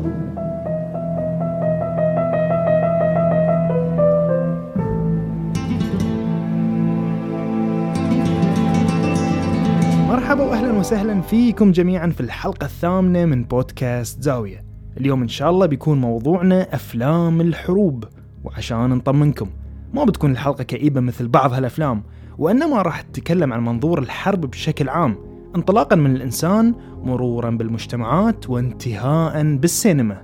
مرحبا وأهلا وسهلا فيكم جميعا في الحلقة 8 من بودكاست زاوية. اليوم إن شاء الله بيكون موضوعنا أفلام الحروب، وعشان نطمنكم ما بتكون الحلقة كئيبة مثل بعض هالأفلام، وإنما راح تتكلم عن منظور الحرب بشكل عام، انطلاقا من الإنسان مرورا بالمجتمعات وانتهاء بالسينما.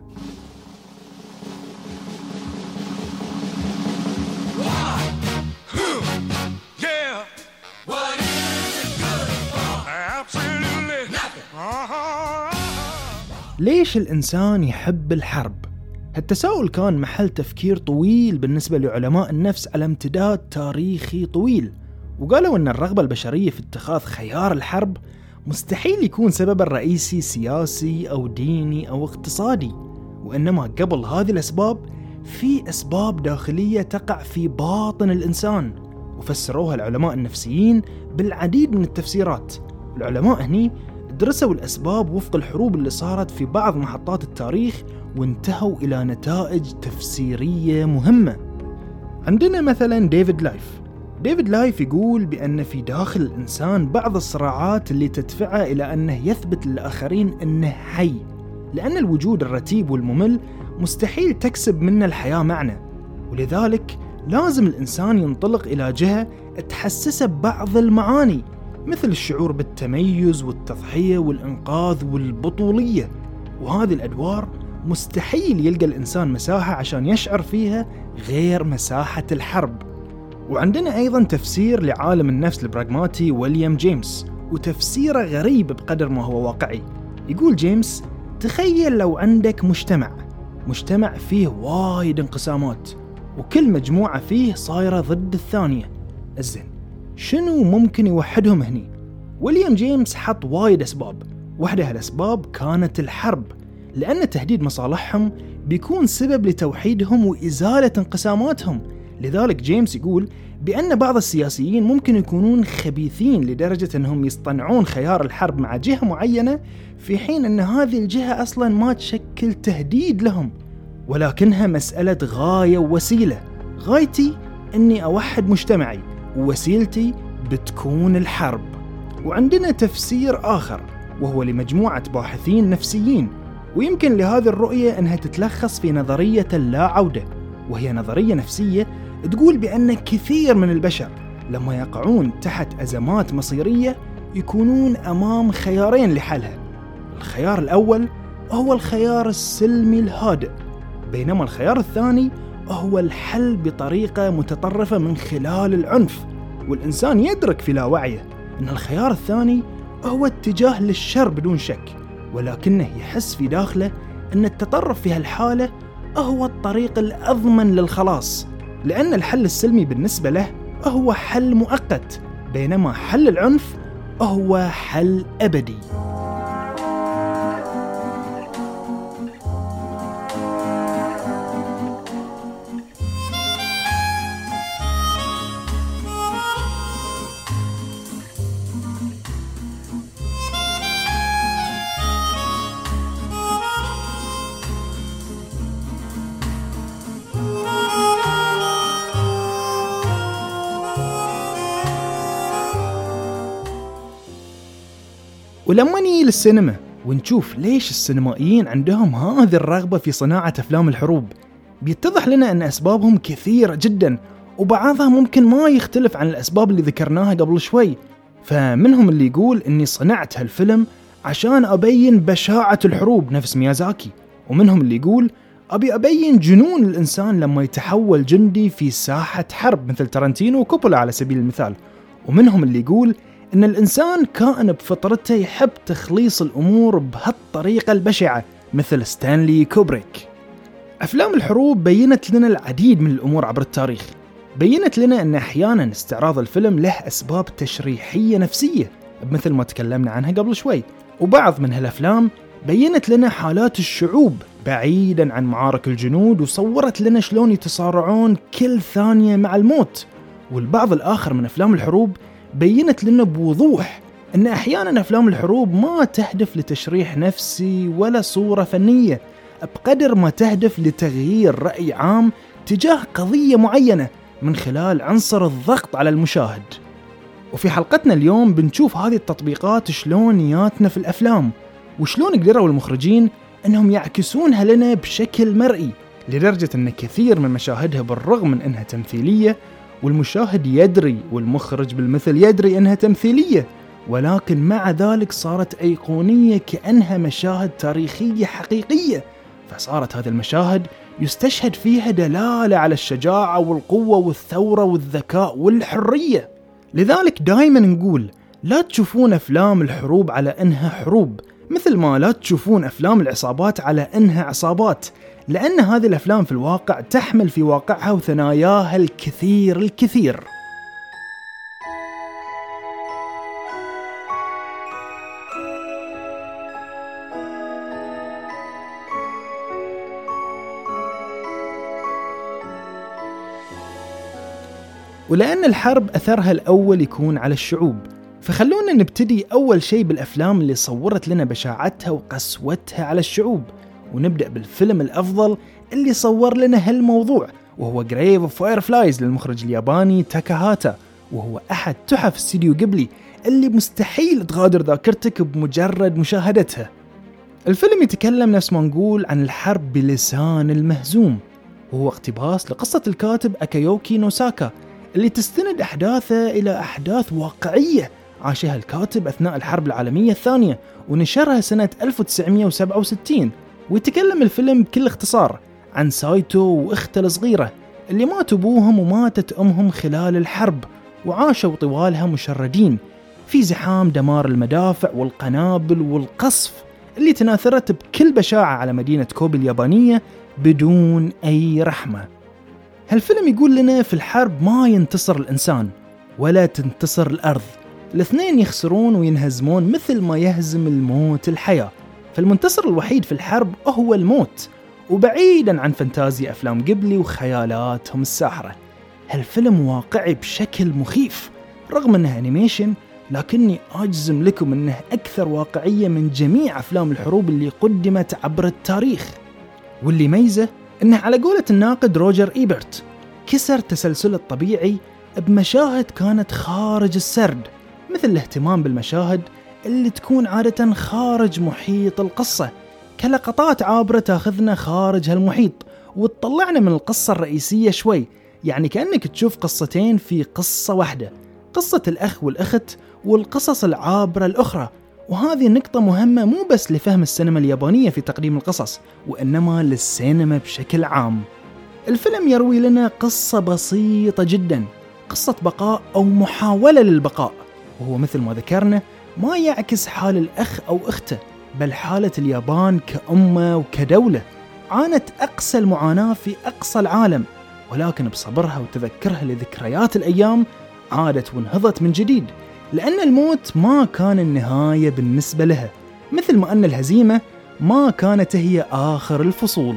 ليش الإنسان يحب الحرب؟ هالتساؤل كان محل تفكير طويل بالنسبة لعلماء النفس على امتداد تاريخي طويل، وقالوا أن الرغبة البشرية في اتخاذ خيار الحرب مستحيل يكون سببا رئيسي سياسي أو ديني أو اقتصادي، وإنما قبل هذه الأسباب في أسباب داخلية تقع في باطن الإنسان، وفسروها العلماء النفسيين بالعديد من التفسيرات. العلماء هني درسوا الأسباب وفق الحروب اللي صارت في بعض محطات التاريخ، وانتهوا إلى نتائج تفسيرية مهمة. عندنا مثلا ديفيد لايف يقول بأن في داخل الإنسان بعض الصراعات اللي تدفعه إلى أنه يثبت للآخرين أنه حي، لأن الوجود الرتيب والممل مستحيل تكسب منه الحياة معنى، ولذلك لازم الإنسان ينطلق إلى جهة تحسسه ببعض المعاني، مثل الشعور بالتميز والتضحية والإنقاذ والبطولية، وهذه الأدوار مستحيل يلقى الإنسان مساحة عشان يشعر فيها غير مساحة الحرب. وعندنا أيضا تفسير لعالم النفس البراغماتي ويليام جيمس، وتفسيره غريب بقدر ما هو واقعي. يقول جيمس: تخيل لو عندك مجتمع فيه وايد انقسامات، وكل مجموعة فيه صايرة ضد الثانية، الزين شنو ممكن يوحدهم هني؟ ويليام جيمس حط وايد أسباب، واحدة هالأسباب كانت الحرب، لأن تهديد مصالحهم بيكون سبب لتوحيدهم وإزالة انقساماتهم. لذلك جيمس يقول بأن بعض السياسيين ممكن يكونون خبيثين لدرجة أنهم يصطنعون خيار الحرب مع جهة معينة، في حين أن هذه الجهة أصلا ما تشكل تهديد لهم، ولكنها مسألة غاية ووسيلة. غايتي أني أوحد مجتمعي، ووسيلتي بتكون الحرب. وعندنا تفسير آخر، وهو لمجموعة باحثين نفسيين، ويمكن لهذه الرؤية أنها تتلخص في نظرية اللا عودة، وهي نظرية نفسية تقول بأن كثير من البشر لما يقعون تحت أزمات مصيرية يكونون أمام خيارين لحلها. الخيار الأول هو الخيار السلمي الهادئ، بينما الخيار الثاني هو الحل بطريقة متطرفة من خلال العنف، والإنسان يدرك في لاوعيه أن الخيار الثاني هو اتجاه للشر بدون شك، ولكنه يحس في داخله أن التطرف في هالحالة هو الطريق الأضمن للخلاص، لأن الحل السلمي بالنسبة له هو حل مؤقت، بينما حل العنف هو حل أبدي. ولما نيجي للسينما ونشوف ليش السينمائيين عندهم هذه الرغبة في صناعة أفلام الحروب، بيتضح لنا أن أسبابهم كثيرة جدا، وبعضها ممكن ما يختلف عن الأسباب اللي ذكرناها قبل شوي. فمنهم اللي يقول أني صنعت هالفيلم عشان أبين بشاعة الحروب نفس ميازاكي، ومنهم اللي يقول أبي أبين جنون الإنسان لما يتحول جندي في ساحة حرب مثل تارانتينو وكوبولا على سبيل المثال، ومنهم اللي يقول إن الإنسان كائن بفطرته يحب تخليص الأمور بهالطريقة البشعة مثل ستانلي كوبريك. أفلام الحروب بينت لنا العديد من الأمور عبر التاريخ، بينت لنا أن أحيانا استعراض الفيلم له أسباب تشريحية نفسية مثل ما تكلمنا عنها قبل شوي، وبعض من هالأفلام بينت لنا حالات الشعوب بعيدا عن معارك الجنود، وصورت لنا شلون يتصارعون كل ثانية مع الموت. والبعض الآخر من أفلام الحروب بينت لنا بوضوح أن أحيانا أفلام الحروب ما تهدف لتشريح نفسي ولا صورة فنية، بقدر ما تهدف لتغيير رأي عام تجاه قضية معينة من خلال عنصر الضغط على المشاهد. وفي حلقتنا اليوم بنشوف هذه التطبيقات شلون ياتنا في الأفلام، وشلون قدروا المخرجين أنهم يعكسونها لنا بشكل مرئي، لدرجة أن كثير من مشاهدها بالرغم من أنها تمثيلية والمشاهد يدري والمخرج بالمثل يدري أنها تمثيلية، ولكن مع ذلك صارت أيقونية كأنها مشاهد تاريخية حقيقية. فصارت هذه المشاهد يستشهد فيها دلالة على الشجاعة والقوة والثورة والذكاء والحرية. لذلك دائما نقول لا تشوفون أفلام الحروب على أنها حروب، مثل ما لا تشوفون أفلام العصابات على أنها عصابات، لأن هذه الأفلام في الواقع تحمل في واقعها وثناياها الكثير. ولأن الحرب أثرها الأول يكون على الشعوب، فخلونا نبتدي أول شيء بالأفلام اللي صورت لنا بشاعتها وقسوتها على الشعوب، ونبدأ بالفيلم الأفضل اللي صور لنا هالموضوع، وهو Grave of Fireflies للمخرج الياباني تاكاهاتا، وهو أحد تحف استديو غيبلي اللي مستحيل تغادر ذاكرتك بمجرد مشاهدتها. الفيلم يتكلم نفس ما نقول عن الحرب بلسان المهزوم، وهو اقتباس لقصة الكاتب أكايوكي نوساكا اللي تستند أحداثه إلى أحداث واقعية عاشها الكاتب أثناء الحرب العالمية الثانية، ونشرها سنة 1967. ويتكلم الفيلم بكل اختصار عن سايتو وأخته الصغيرة اللي ماتوا أبوهم وماتت أمهم خلال الحرب، وعاشوا طوالها مشردين في زحام دمار المدافع والقنابل والقصف اللي تناثرت بكل بشاعة على مدينة كوبي اليابانية بدون أي رحمة. هالفيلم يقول لنا في الحرب ما ينتصر الإنسان ولا تنتصر الأرض، الاثنين يخسرون وينهزمون مثل ما يهزم الموت الحياة، فالمنتصر الوحيد في الحرب هو الموت. وبعيدا عن فانتازيا أفلام غيبلي وخيالاتهم الساحرة، هالفيلم واقعي بشكل مخيف، رغم أنه أنيميشن لكني أجزم لكم أنه أكثر واقعية من جميع أفلام الحروب اللي قدمت عبر التاريخ. واللي ميزه أنه على قولة الناقد روجر إيبرت كسر تسلسل الطبيعي بمشاهد كانت خارج السرد، مثل الاهتمام بالمشاهد اللي تكون عادة خارج محيط القصة، كلقطات عابرة تاخذنا خارج هالمحيط وتطلعنا من القصة الرئيسية شوي، يعني كأنك تشوف قصتين في قصة واحدة، قصة الأخ والأخت والقصص العابرة الأخرى. وهذه النقطة مهمة مو بس لفهم السينما اليابانية في تقديم القصص، وإنما للسينما بشكل عام. الفيلم يروي لنا قصة بسيطة جدا، قصة بقاء أو محاولة للبقاء، وهو مثل ما ذكرنا ما يعكس حال الأخ أو أخته، بل حالة اليابان كأمة وكدولة عانت أقصى المعاناة في أقصى العالم، ولكن بصبرها وتذكرها لذكريات الأيام عادت وانهضت من جديد، لأن الموت ما كان النهاية بالنسبة لها، مثل ما أن الهزيمة ما كانت هي آخر الفصول.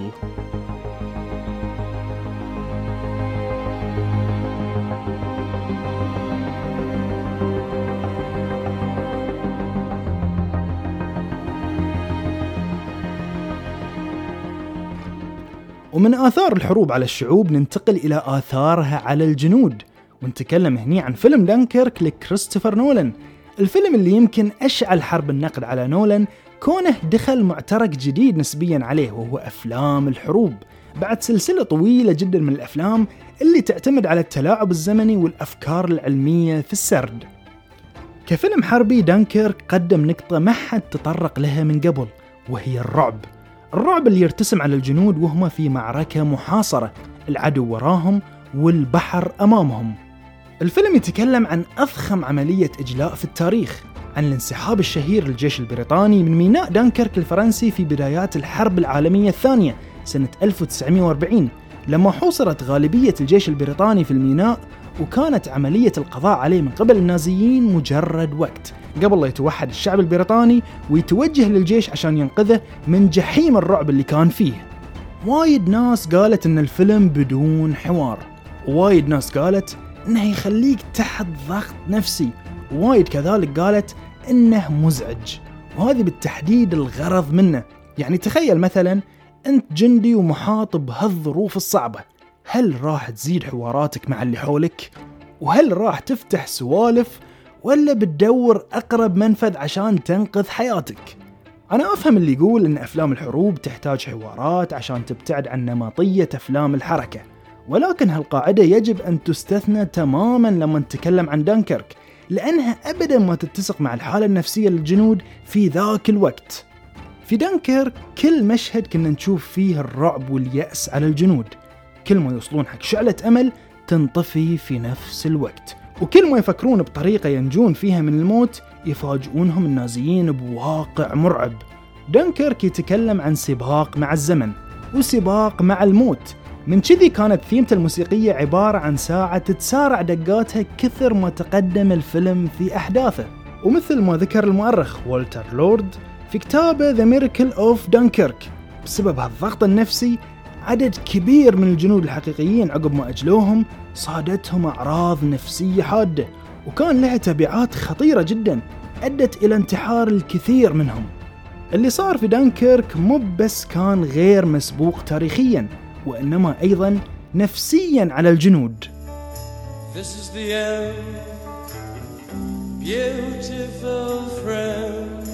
ومن آثار الحروب على الشعوب ننتقل إلى آثارها على الجنود، ونتكلم هني عن فيلم دانكيرك لكريستوفر نولان، الفيلم اللي يمكن أشعل حرب النقد على نولان، كونه دخل معترك جديد نسبيا عليه، وهو أفلام الحروب، بعد سلسلة طويلة جدا من الأفلام اللي تعتمد على التلاعب الزمني والأفكار العلمية في السرد. كفيلم حربي دانكيرك قدم نقطة ما حد تطرق لها من قبل، وهي الرعب اللي يرتسم على الجنود وهم في معركة محاصرة، العدو وراهم والبحر أمامهم. الفيلم يتكلم عن أضخم عملية إجلاء في التاريخ، عن الانسحاب الشهير للجيش البريطاني من ميناء دانكيرك الفرنسي في بدايات الحرب العالمية الثانية سنة 1940، لما حوصرت غالبية الجيش البريطاني في الميناء، وكانت عملية القضاء عليه من قبل النازيين مجرد وقت قبل لا يتوحد الشعب البريطاني ويتوجه للجيش عشان ينقذه من جحيم الرعب اللي كان فيه. وايد ناس قالت إن الفيلم بدون حوار، ووايد ناس قالت إنه يخليك تحت ضغط نفسي، ووايد كذلك قالت إنه مزعج، وهذه بالتحديد الغرض منه. يعني تخيل مثلا أنت جندي ومحاط بهالظروف الصعبة، هل راح تزيد حواراتك مع اللي حولك؟ وهل راح تفتح سوالف ولا بتدور أقرب منفذ عشان تنقذ حياتك؟ أنا أفهم اللي يقول إن أفلام الحروب تحتاج حوارات عشان تبتعد عن نمطية أفلام الحركة، ولكن هالقاعدة يجب أن تستثنى تماما لما نتكلم عن دانكيرك، لأنها أبدا ما تتسق مع الحالة النفسية للجنود في ذاك الوقت. في دانكيرك كل مشهد كنا نشوف فيه الرعب واليأس على الجنود، كل ما يوصلون حق شعلة أمل تنطفي في نفس الوقت، وكل ما يفكرون بطريقة ينجون فيها من الموت يفاجئونهم النازيين بواقع مرعب. دانكيرك يتكلم عن سباق مع الزمن وسباق مع الموت، من كذي كانت ثيمته الموسيقية عبارة عن ساعة تتسارع دقاتها كثر ما تقدم الفيلم في أحداثه. ومثل ما ذكر المؤرخ والتر لورد في كتابه The Miracle of Dunkirk، بسبب هالضغط النفسي عدد كبير من الجنود الحقيقيين عقب ما أجلوهم صادتهم أعراض نفسية حادة، وكان لها تبعات خطيرة جدا أدت إلى انتحار الكثير منهم. اللي صار في دانكيرك مو بس كان غير مسبوق تاريخيا، وإنما أيضا نفسيا على الجنود. This is the end, beautiful friend.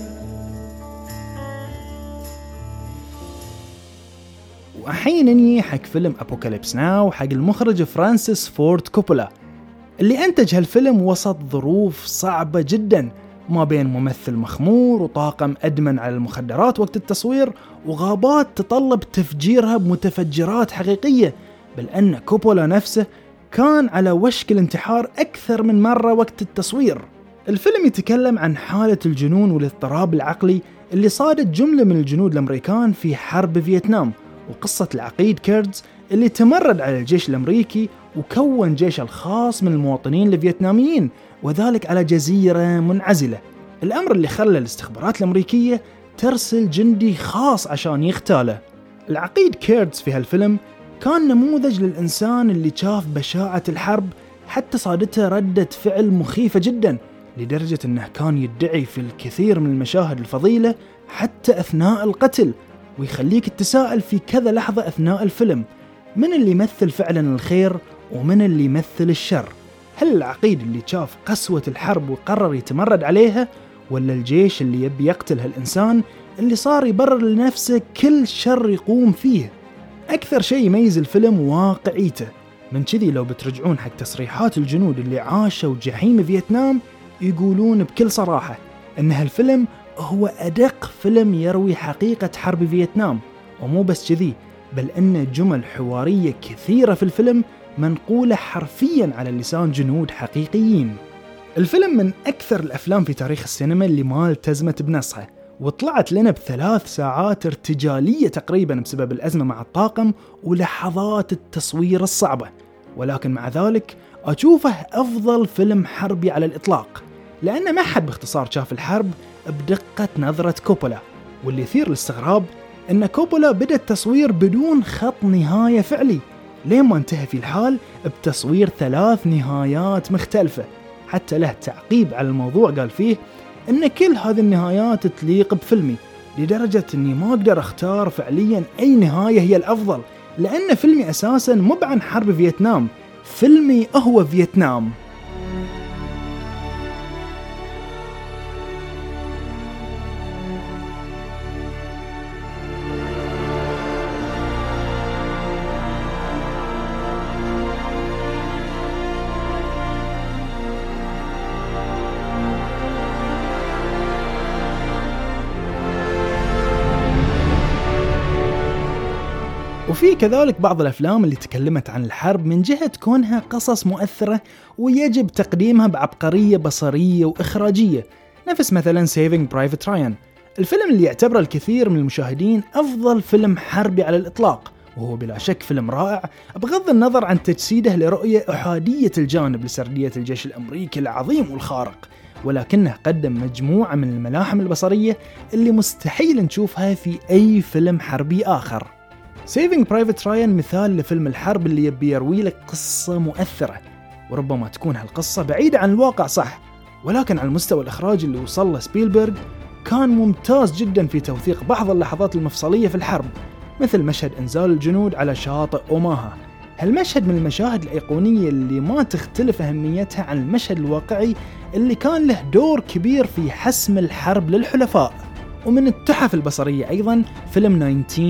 وأحين نني حق فيلم أبوكاليبس ناو حق المخرج فرانسيس فورد كوبولا، اللي أنتج هالفيلم وسط ظروف صعبة جدا، ما بين ممثل مخمور وطاقم أدمن على المخدرات وقت التصوير، وغابات تطلب تفجيرها بمتفجرات حقيقية، بل أن كوبولا نفسه كان على وشك الانتحار أكثر من مرة وقت التصوير. الفيلم يتكلم عن حالة الجنون والاضطراب العقلي اللي صادت جملة من الجنود الأمريكان في حرب فيتنام، وقصة العقيد كيردز اللي تمرد على الجيش الأمريكي وكون جيش الخاص من المواطنين الفيتناميين، وذلك على جزيرة منعزلة، الأمر اللي خلى الاستخبارات الأمريكية ترسل جندي خاص عشان يغتاله. العقيد كيردز في هالفيلم كان نموذج للإنسان اللي شاف بشاعة الحرب، حتى صادته ردة فعل مخيفة جدا، لدرجة أنه كان يدعي في الكثير من المشاهد الفضيلة حتى أثناء القتل، ويخليك تتساءل في كذا لحظة أثناء الفيلم من اللي يمثل فعلا الخير ومن اللي يمثل الشر. هل العقيد اللي شاف قسوة الحرب وقرر يتمرد عليها، ولا الجيش اللي يبي يقتل هالإنسان اللي صار يبرر لنفسه كل شر يقوم فيه؟ أكثر شيء يميز الفيلم واقعيته، من كذي لو بترجعون حق تصريحات الجنود اللي عاشوا جحيم فيتنام يقولون بكل صراحة أن هالفيلم هو أدق فيلم يروي حقيقة حرب فيتنام. ومو بس كذي، بل أن جمل حوارية كثيرة في الفيلم منقولة حرفيا على لسان جنود حقيقيين. الفيلم من أكثر الأفلام في تاريخ السينما اللي ما التزمت بنصها، وطلعت لنا ب3 ساعات ارتجالية تقريبا بسبب الأزمة مع الطاقم ولحظات التصوير الصعبة، ولكن مع ذلك أشوفه أفضل فيلم حربي على الإطلاق، لأن ما حد باختصار شاف الحرب بدقة نظرة كوبولا. واللي يثير الاستغراب أن كوبولا بدأ التصوير بدون خط نهاية فعلي، لين ما انتهى في الحال بتصوير 3 نهايات مختلفة. حتى له تعقيب على الموضوع قال فيه أن كل هذه النهايات تليق بفيلمي، لدرجة أني ما أقدر أختار فعليا أي نهاية هي الأفضل، لأن فيلمي أساسا مو عن حرب فيتنام، فيلمي هو فيتنام. وفي كذلك بعض الأفلام اللي تكلمت عن الحرب من جهة كونها قصص مؤثرة ويجب تقديمها بعبقرية بصرية وإخراجية، نفس مثلا Saving Private Ryan، الفيلم اللي يعتبره الكثير من المشاهدين أفضل فيلم حربي على الإطلاق، وهو بلا شك فيلم رائع بغض النظر عن تجسيده لرؤية أحادية الجانب لسردية الجيش الأمريكي العظيم والخارق، ولكنه قدم مجموعة من الملاحم البصرية اللي مستحيل نشوفها في أي فيلم حربي آخر. Saving Private Ryan مثال لفيلم الحرب اللي يبي يروي لك قصة مؤثرة، وربما تكون هالقصة بعيدة عن الواقع صح، ولكن على المستوى الإخراجي اللي وصل له سبيلبرغ كان ممتاز جدا في توثيق بعض اللحظات المفصلية في الحرب، مثل مشهد إنزال الجنود على شاطئ أوماها. هالمشهد من المشاهد الأيقونية اللي ما تختلف أهميتها عن المشهد الواقعي اللي كان له دور كبير في حسم الحرب للحلفاء. ومن التحف البصرية أيضا فيلم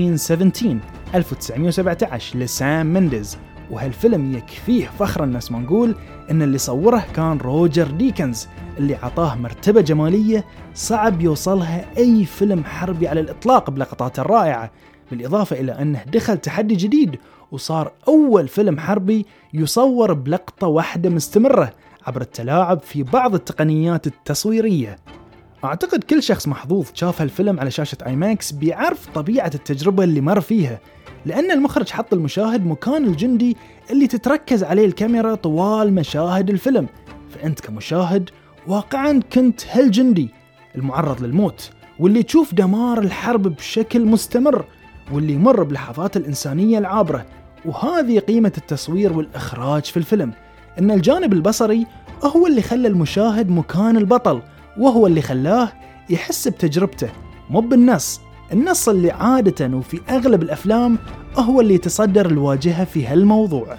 1917 لسام مينديز، وهالفيلم يكفيه فخرا الناس ما نقول إن اللي صوره كان روجر ديكنز، اللي عطاه مرتبة جمالية صعب يوصلها أي فيلم حربي على الإطلاق بلقطاته الرائعة، بالإضافة إلى أنه دخل تحدي جديد وصار أول فيلم حربي يصور بلقطة واحدة مستمرة عبر التلاعب في بعض التقنيات التصويرية. أعتقد كل شخص محظوظ شاف هالفيلم على شاشة آي ماكس بيعرف طبيعة التجربة اللي مر فيها، لأن المخرج حط المشاهد مكان الجندي اللي تتركز عليه الكاميرا طوال مشاهد الفيلم، فأنت كمشاهد واقعا كنت هالجندي المعرض للموت، واللي تشوف دمار الحرب بشكل مستمر، واللي يمر بلحظات الإنسانية العابرة. وهذه قيمة التصوير والإخراج في الفيلم، إن الجانب البصري هو اللي خلى المشاهد مكان البطل، وهو اللي خلاه يحس بتجربته مو بالنص. النص اللي عادة وفي أغلب الأفلام هو اللي يتصدر الواجهة في هالموضوع.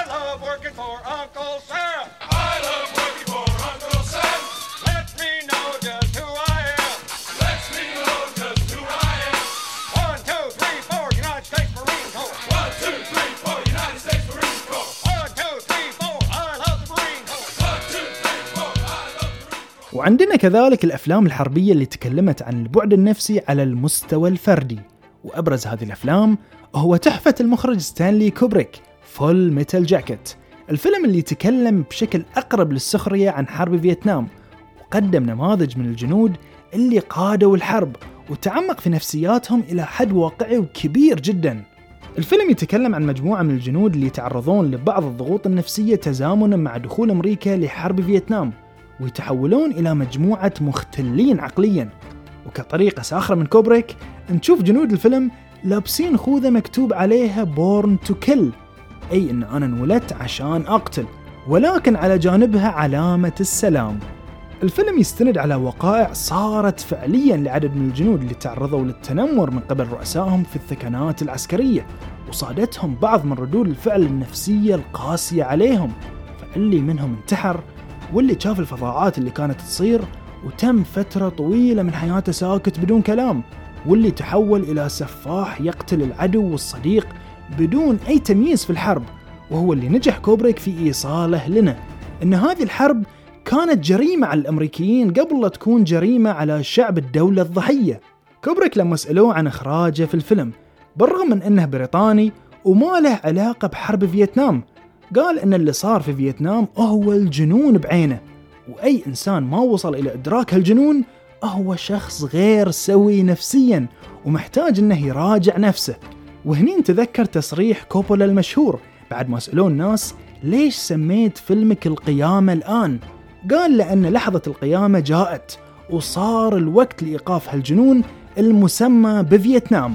وعندنا كذلك الأفلام الحربية اللي تكلمت عن البعد النفسي على المستوى الفردي، وأبرز هذه الأفلام هو تحفة المخرج ستانلي كوبريك فول ميتال جاكيت، الفيلم اللي تكلم بشكل أقرب للسخرية عن حرب فيتنام، وقدم نماذج من الجنود اللي قادوا الحرب وتعمق في نفسياتهم إلى حد واقعي وكبير جدا. الفيلم يتكلم عن مجموعة من الجنود اللي يتعرضون لبعض الضغوط النفسية تزامنا مع دخول أمريكا لحرب فيتنام، ويتحولون إلى مجموعة مختلين عقليا. وكطريقة ساخرة من كوبريك نشوف جنود الفيلم لابسين خوذة مكتوب عليها Born to Kill، أي إن أنا انولدت عشان أقتل، ولكن على جانبها علامة السلام. الفيلم يستند على وقائع صارت فعليا لعدد من الجنود اللي تعرضوا للتنمر من قبل رؤسائهم في الثكنات العسكرية، وصادتهم بعض من ردود الفعل النفسية القاسية عليهم، فاللي منهم انتحر، واللي شاف الفظاعات اللي كانت تصير وتم فترة طويلة من حياته ساكت بدون كلام، واللي تحول إلى سفاح يقتل العدو والصديق بدون أي تمييز في الحرب. وهو اللي نجح كوبريك في إيصاله لنا إن هذه الحرب كانت جريمة على الأمريكيين قبل لا تكون جريمة على شعب الدولة الضحية. كوبريك لما سألوه عن إخراجه في الفيلم بالرغم من أنه بريطاني وما له علاقة بحرب فيتنام، قال إن اللي صار في فيتنام هو الجنون بعينه، وأي إنسان ما وصل إلى إدراك هالجنون هو شخص غير سوي نفسيا ومحتاج إنه يراجع نفسه. وهني نتذكر تصريح كوبولا المشهور بعد ما سألوه الناس ليش سميت فيلمك القيامة الآن؟ قال لأن لحظة القيامة جاءت وصار الوقت لإيقاف هالجنون المسمى بفيتنام.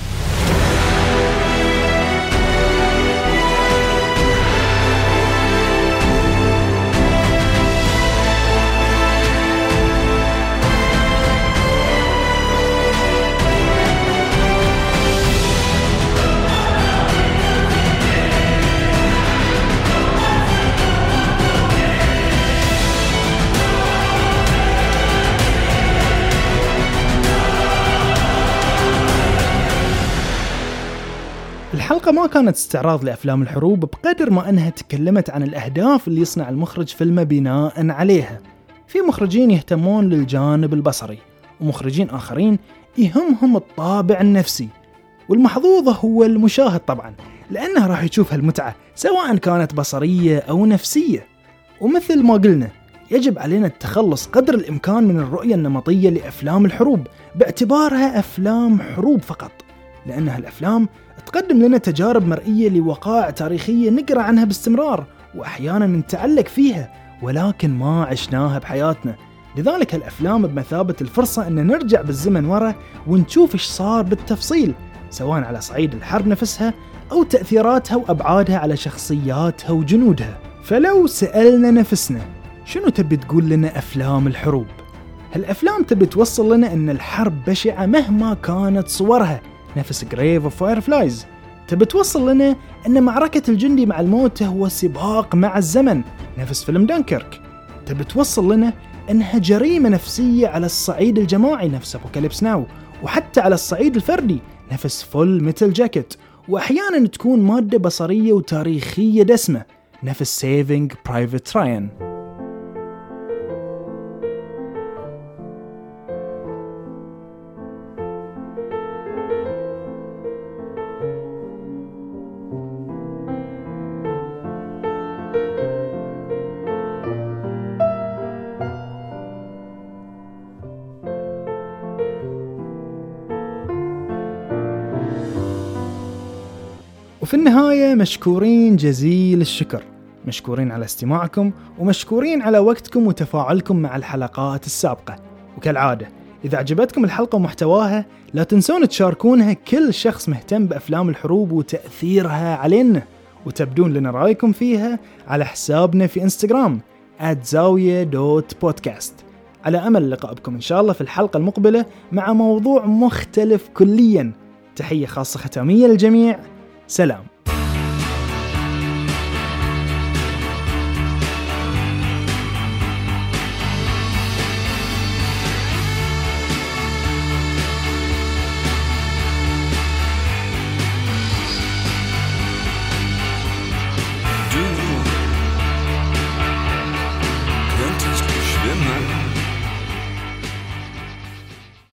الحلقة ما كانت استعراض لأفلام الحروب بقدر ما أنها تكلمت عن الأهداف اللي يصنع المخرج فيلمه بناء عليها. في مخرجين يهتمون للجانب البصري، ومخرجين آخرين يهمهم الطابع النفسي، والمحظوظ هو المشاهد طبعا، لأنه راح يشوف هالمتعة سواء كانت بصرية أو نفسية. ومثل ما قلنا يجب علينا التخلص قدر الإمكان من الرؤية النمطية لأفلام الحروب باعتبارها أفلام حروب فقط، لأن هالأفلام تقدم لنا تجارب مرئية لوقائع تاريخية نقرأ عنها باستمرار وأحيانا نتعلق فيها ولكن ما عشناها بحياتنا. لذلك هالأفلام بمثابة الفرصة أن نرجع بالزمن ورا ونشوف إيش صار بالتفصيل، سواء على صعيد الحرب نفسها أو تأثيراتها وأبعادها على شخصياتها وجنودها. فلو سألنا نفسنا شنو تبي تقول لنا أفلام الحروب؟ هالأفلام تبي توصل لنا أن الحرب بشعة مهما كانت صورها، نفس Grave of Fireflies. تبي توصل لنا أن معركة الجندي مع الموت هو سباق مع الزمن نفس فيلم دانكيرك. تبي توصل لنا أنها جريمة نفسية على الصعيد الجماعي نفس أبوكاليبس ناو، وحتى على الصعيد الفردي نفس فول ميتل جاكيت، وأحيانا تكون مادة بصرية وتاريخية دسمة نفس Saving Private Ryan. وفي النهاية مشكورين جزيل الشكر، مشكورين على استماعكم ومشكورين على وقتكم وتفاعلكم مع الحلقات السابقة. وكالعادة إذا عجبتكم الحلقة ومحتواها لا تنسون تشاركونها كل شخص مهتم بأفلام الحروب وتأثيرها علينا، وتبدون لنا رأيكم فيها على حسابنا في إنستغرام @zawiya.podcast. على أمل لقائكم إن شاء الله في الحلقة المقبلة مع موضوع مختلف كليا. تحية خاصة ختامية للجميع، سلام.